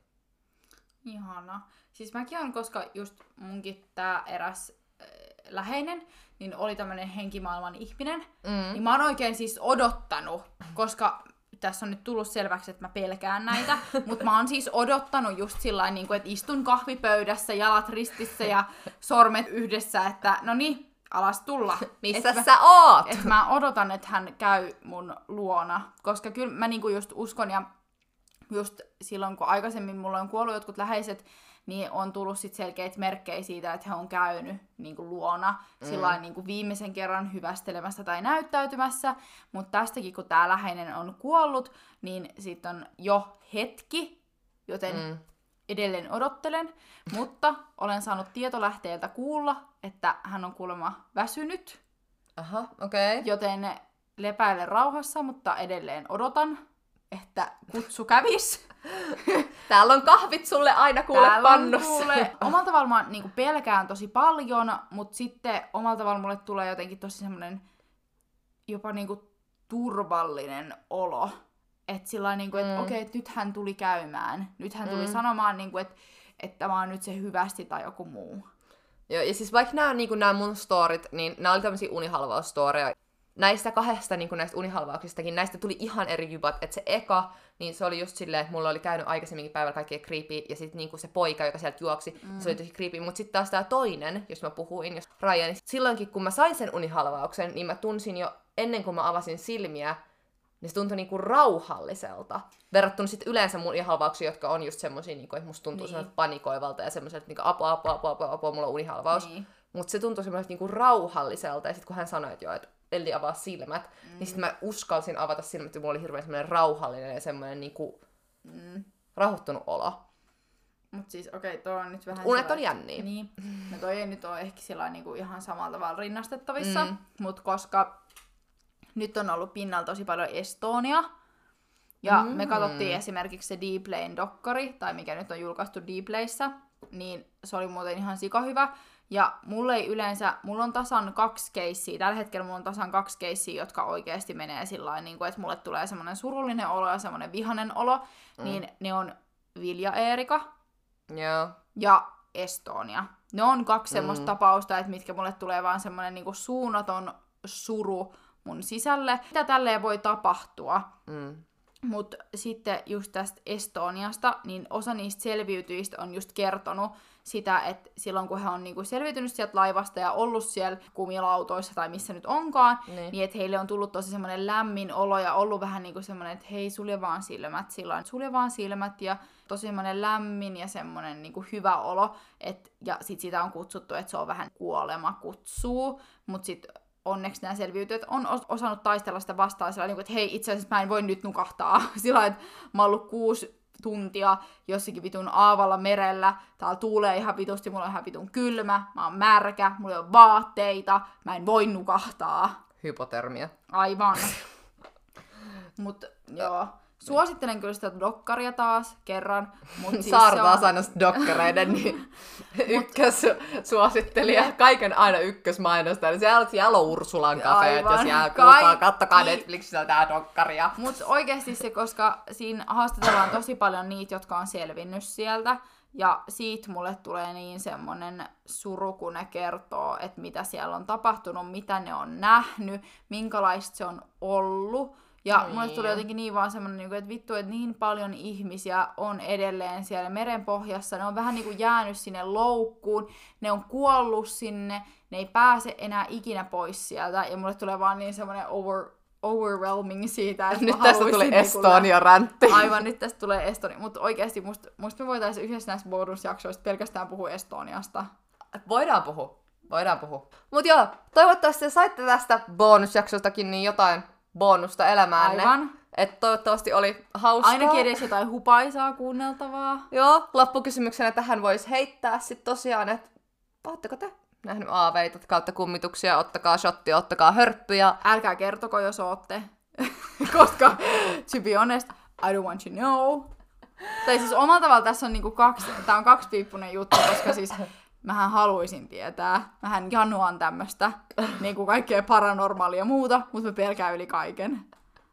Ihana. Siis mäkin on, koska just munkin tää eräs äh, läheinen, niin oli tämmönen henkimaailman ihminen, mm. niin mä oon oikein siis odottanut, koska tässä on nyt tullut selväksi, että mä pelkään näitä, mutta mä oon siis odottanut just sillain, niin kuin, että istun kahvipöydässä, jalat ristissä ja sormet yhdessä, että no niin, alas tulla. Missä et sä mä, oot? Että mä odotan, että hän käy mun luona, koska kyllä mä niin kuin just uskon ja just silloin, kun aikaisemmin mulla on kuollut jotkut läheiset, niin on tullut sit selkeitä merkkejä siitä, että he on käynyt niin kuin luona mm. sillain niin kuin viimeisen kerran hyvästelemässä tai näyttäytymässä. Mutta tästäkin, kun tää läheinen on kuollut, niin sitten on jo hetki, joten mm. edelleen odottelen. Mutta olen saanut tietolähteeltä kuulla, että hän on kuulemma väsynyt. Aha, okei. Okay. Joten lepäile rauhassa, mutta edelleen odotan, että kutsu kävis. Täällä on kahvit sulle aina kuule Täällä pannussa. Kuule. Omalla tavalla mä niin pelkään tosi paljon, mutta sitten omalla tavalla mulle tulee jotenkin tosi semmoinen jopa niin kuin turvallinen olo. Että sillä niin kuin, että mm. okei, okay, nyt hän tuli käymään. Nyt hän tuli mm. sanomaan, niin kuin, että, että mä oon nyt se hyvästi tai joku muu. Joo, ja siis vaikka nämä, niin kuin nämä mun storit, niin nämä oli tämmöisiä unihalvausstoreja. Näistä kahdesta niin näistä unihalvauksistakin, näistä tuli ihan eri jyvät, että se eka, niin se oli just silleen, että mulla oli käynyt aikaisemminkin päivällä kaikkea creepy, ja sitten niin se poika, joka sieltä juoksi, mm. se oli tosi creepy, mutta sitten taas tää toinen, jos mä puhuin, jos Raija, niin silloinkin kun mä sain sen unihalvauksen, niin mä tunsin jo ennen kuin mä avasin silmiä, niin se tuntui niinku rauhalliselta. Verrattuna sitten yleensä mun unihalvauksiin, jotka on just semmosia, niinku, että musta tuntuu niin. semmoiselta panikoivalta ja semmoiselta niinku apua, apua, apua, apua, apua, mulla on unihalvaus. Niin. Mutta se tuntui semmoiselta niinku rauhalliselta, ja sitten kun hän sanoi, että joo, että Elli avaa silmät, mm. niin sitten mä uskalsin avata silmät, ja mulla oli hirveän semmoinen rauhallinen ja semmoinen niinku mm. rauhoittunut olo. Mut siis okei, okay, toi on nyt vähän... Unet on jänniä. Niin. No toi ei nyt ole ehkä sillä niinku ihan samalla tavalla rinnastettavissa, mm. mut koska nyt on ollut pinnalla tosi paljon Estonia, ja mm. me katsottiin esimerkiksi se Dplay-dokkari, tai mikä nyt on julkaistu Dplayssä, niin se oli muuten ihan sikahyvä. Ja mulla ei yleensä, mulla on tasan kaksi keissiä, tällä hetkellä mulla on tasan kaksi keissiä, jotka oikeasti menee sillain, niin kuin, että mulle tulee semmoinen surullinen olo ja semmoinen vihanen olo, mm. niin ne on Vilja Eerika yeah. ja Estonia. Ne on kaksi mm. semmoista tapausta, että mitkä mulle tulee vaan semmoinen niin kuin suunnaton suru mun sisälle. Mitä tälleen voi tapahtua? Mm. Mutta sitten just tästä Estoniasta, niin osa niistä selviytyjistä on just kertonut sitä, että silloin kun he on niinku selviytynyt sieltä laivasta ja ollut siellä kumilautoissa tai missä nyt onkaan, niin, niin että heille on tullut tosi semmoinen lämmin olo ja ollut vähän niinku semmoinen, että hei, sulje vaan silmät, silloin sulje vaan silmät ja tosi semmoinen lämmin ja semmoinen niinku hyvä olo. Et, ja sit sitä on kutsuttu, että se on vähän kuolema kutsuu, mutta sit onneksi nämä selviytyjät on os- osannut taistella sitä vastaan sillä niin että hei, itse asiassa mä en voi nyt nukahtaa. Sillä että mä oon ollut kuusi tuntia jossakin vitun aavalla merellä, täällä tuulee ihan vitusti, mulla on ihan vitun kylmä, mä oon märkä, mulla on vaatteita, mä en voi nukahtaa. Hypotermia. Aivan. Mut joo. Suosittelen kyllä sitä dokkaria taas kerran. Mut siis Saara taas on... aina dokkareiden niin ykkössuosittelija. Kaiken aina ykkösmainosta. Eli siellä on Jalo Ursulan kafeet ja siellä kuulkaa, kattokaa Netflixillä tää dokkaria. Mut oikeesti se, koska siinä haastatellaan tosi paljon niitä, jotka on selvinnyt sieltä. Ja siitä mulle tulee niin semmonen suru, kun ne kertoo, että mitä siellä on tapahtunut, mitä ne on nähnyt, minkälaista se on ollut. Ja niin. Mulle tuli jotenkin niin vaan semmonen, että vittu, että niin paljon ihmisiä on edelleen siellä meren pohjassa. Ne on vähän niin kuin jäänyt sinne loukkuun, ne on kuollut sinne, ne ei pääse enää ikinä pois sieltä. Ja mulle tulee vaan niin semmonen over, overwhelming siitä, että nyt tästä tuli niin Estonia-räntti. Aivan, nyt tästä tulee Estonia. Mutta oikeesti musta, musta me voitaisiin yhdessä näistä bonusjaksoista pelkästään puhua Estoniasta. Voidaan puhua. Voidaan puhua. Mut joo, toivottavasti saitte tästä bonusjaksostakin niin jotain bonusta elämäänne. Aivan. Että toivottavasti oli hauskaa. Ainakin edes jotain hupaisaa kuunneltavaa. Joo, loppukysymyksenä tähän voisi heittää sit tosiaan, että ootteko te nähnyt aaveita kautta kummituksia, ottakaa shottia, ottakaa hörppyjä. Älkää kertoko, jos ootte. Koska, to be honest, I don't want to know. Tai siis omalla tavalla tässä on niinku kaksi, tää on kaksipiippunen juttu, koska siis mähän haluaisin tietää. Mähän januan tämmöstä, niinku kaikkea paranormaalia ja muuta, mutta mä pelkään yli kaiken.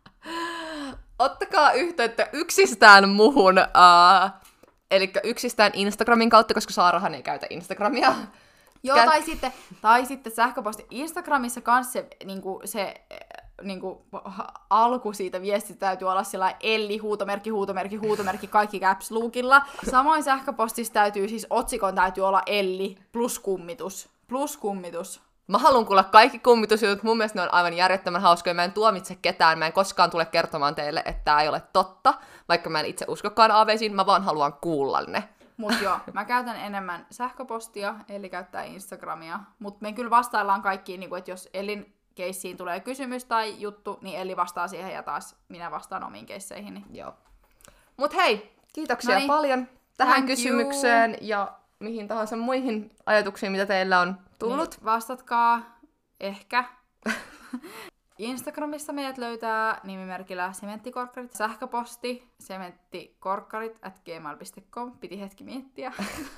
Ottakaa yhteyttä yksistään muhun, uh, eli yksistään Instagramin kautta, koska Saarahan ei käytä Instagramia. Joo, Kä- tai, sitten, tai sitten sähköposti Instagramissa kanssa se, niinku, se niinku, alku siitä viestistä täytyy olla sellainen Elli, huutomerkki, huutomerkki, huutomerkki, kaikki caps lookilla. Samoin sähköpostissa täytyy, siis otsikon täytyy olla Elli plus kummitus. Plus kummitus. Mä haluan kuulla kaikki kummitusjutut, mun mielestä ne on aivan järjettömän hauskoja, mä en tuomitse ketään, mä en koskaan tule kertomaan teille, että tää ei ole totta, vaikka mä en itse uskokaan aaveisiin, mä vaan haluan kuulla ne. Mut joo, mä käytän enemmän sähköpostia, Elli käyttää Instagramia, mut me kyllä vastaillaan kaikkiin, niin että jos Ellin keissiin tulee kysymys tai juttu, niin Elli vastaa siihen ja taas minä vastaan omiin keisseihin. Niin. Joo. Mut hei, kiitoksia Noniin. paljon tähän Thank kysymykseen you. ja mihin tahansa muihin ajatuksiin, mitä teillä on tullut. Niin, vastatkaa ehkä. Instagramissa meidät löytää nimimerkillä sementtikorkkarit, sähköposti sementtikorkkarit at gmail piste com. Piti hetki miettiä.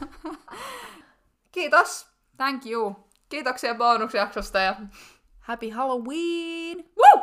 Kiitos. Thank you. Kiitoksia bonusjaksosta ja Happy Halloween! Woo!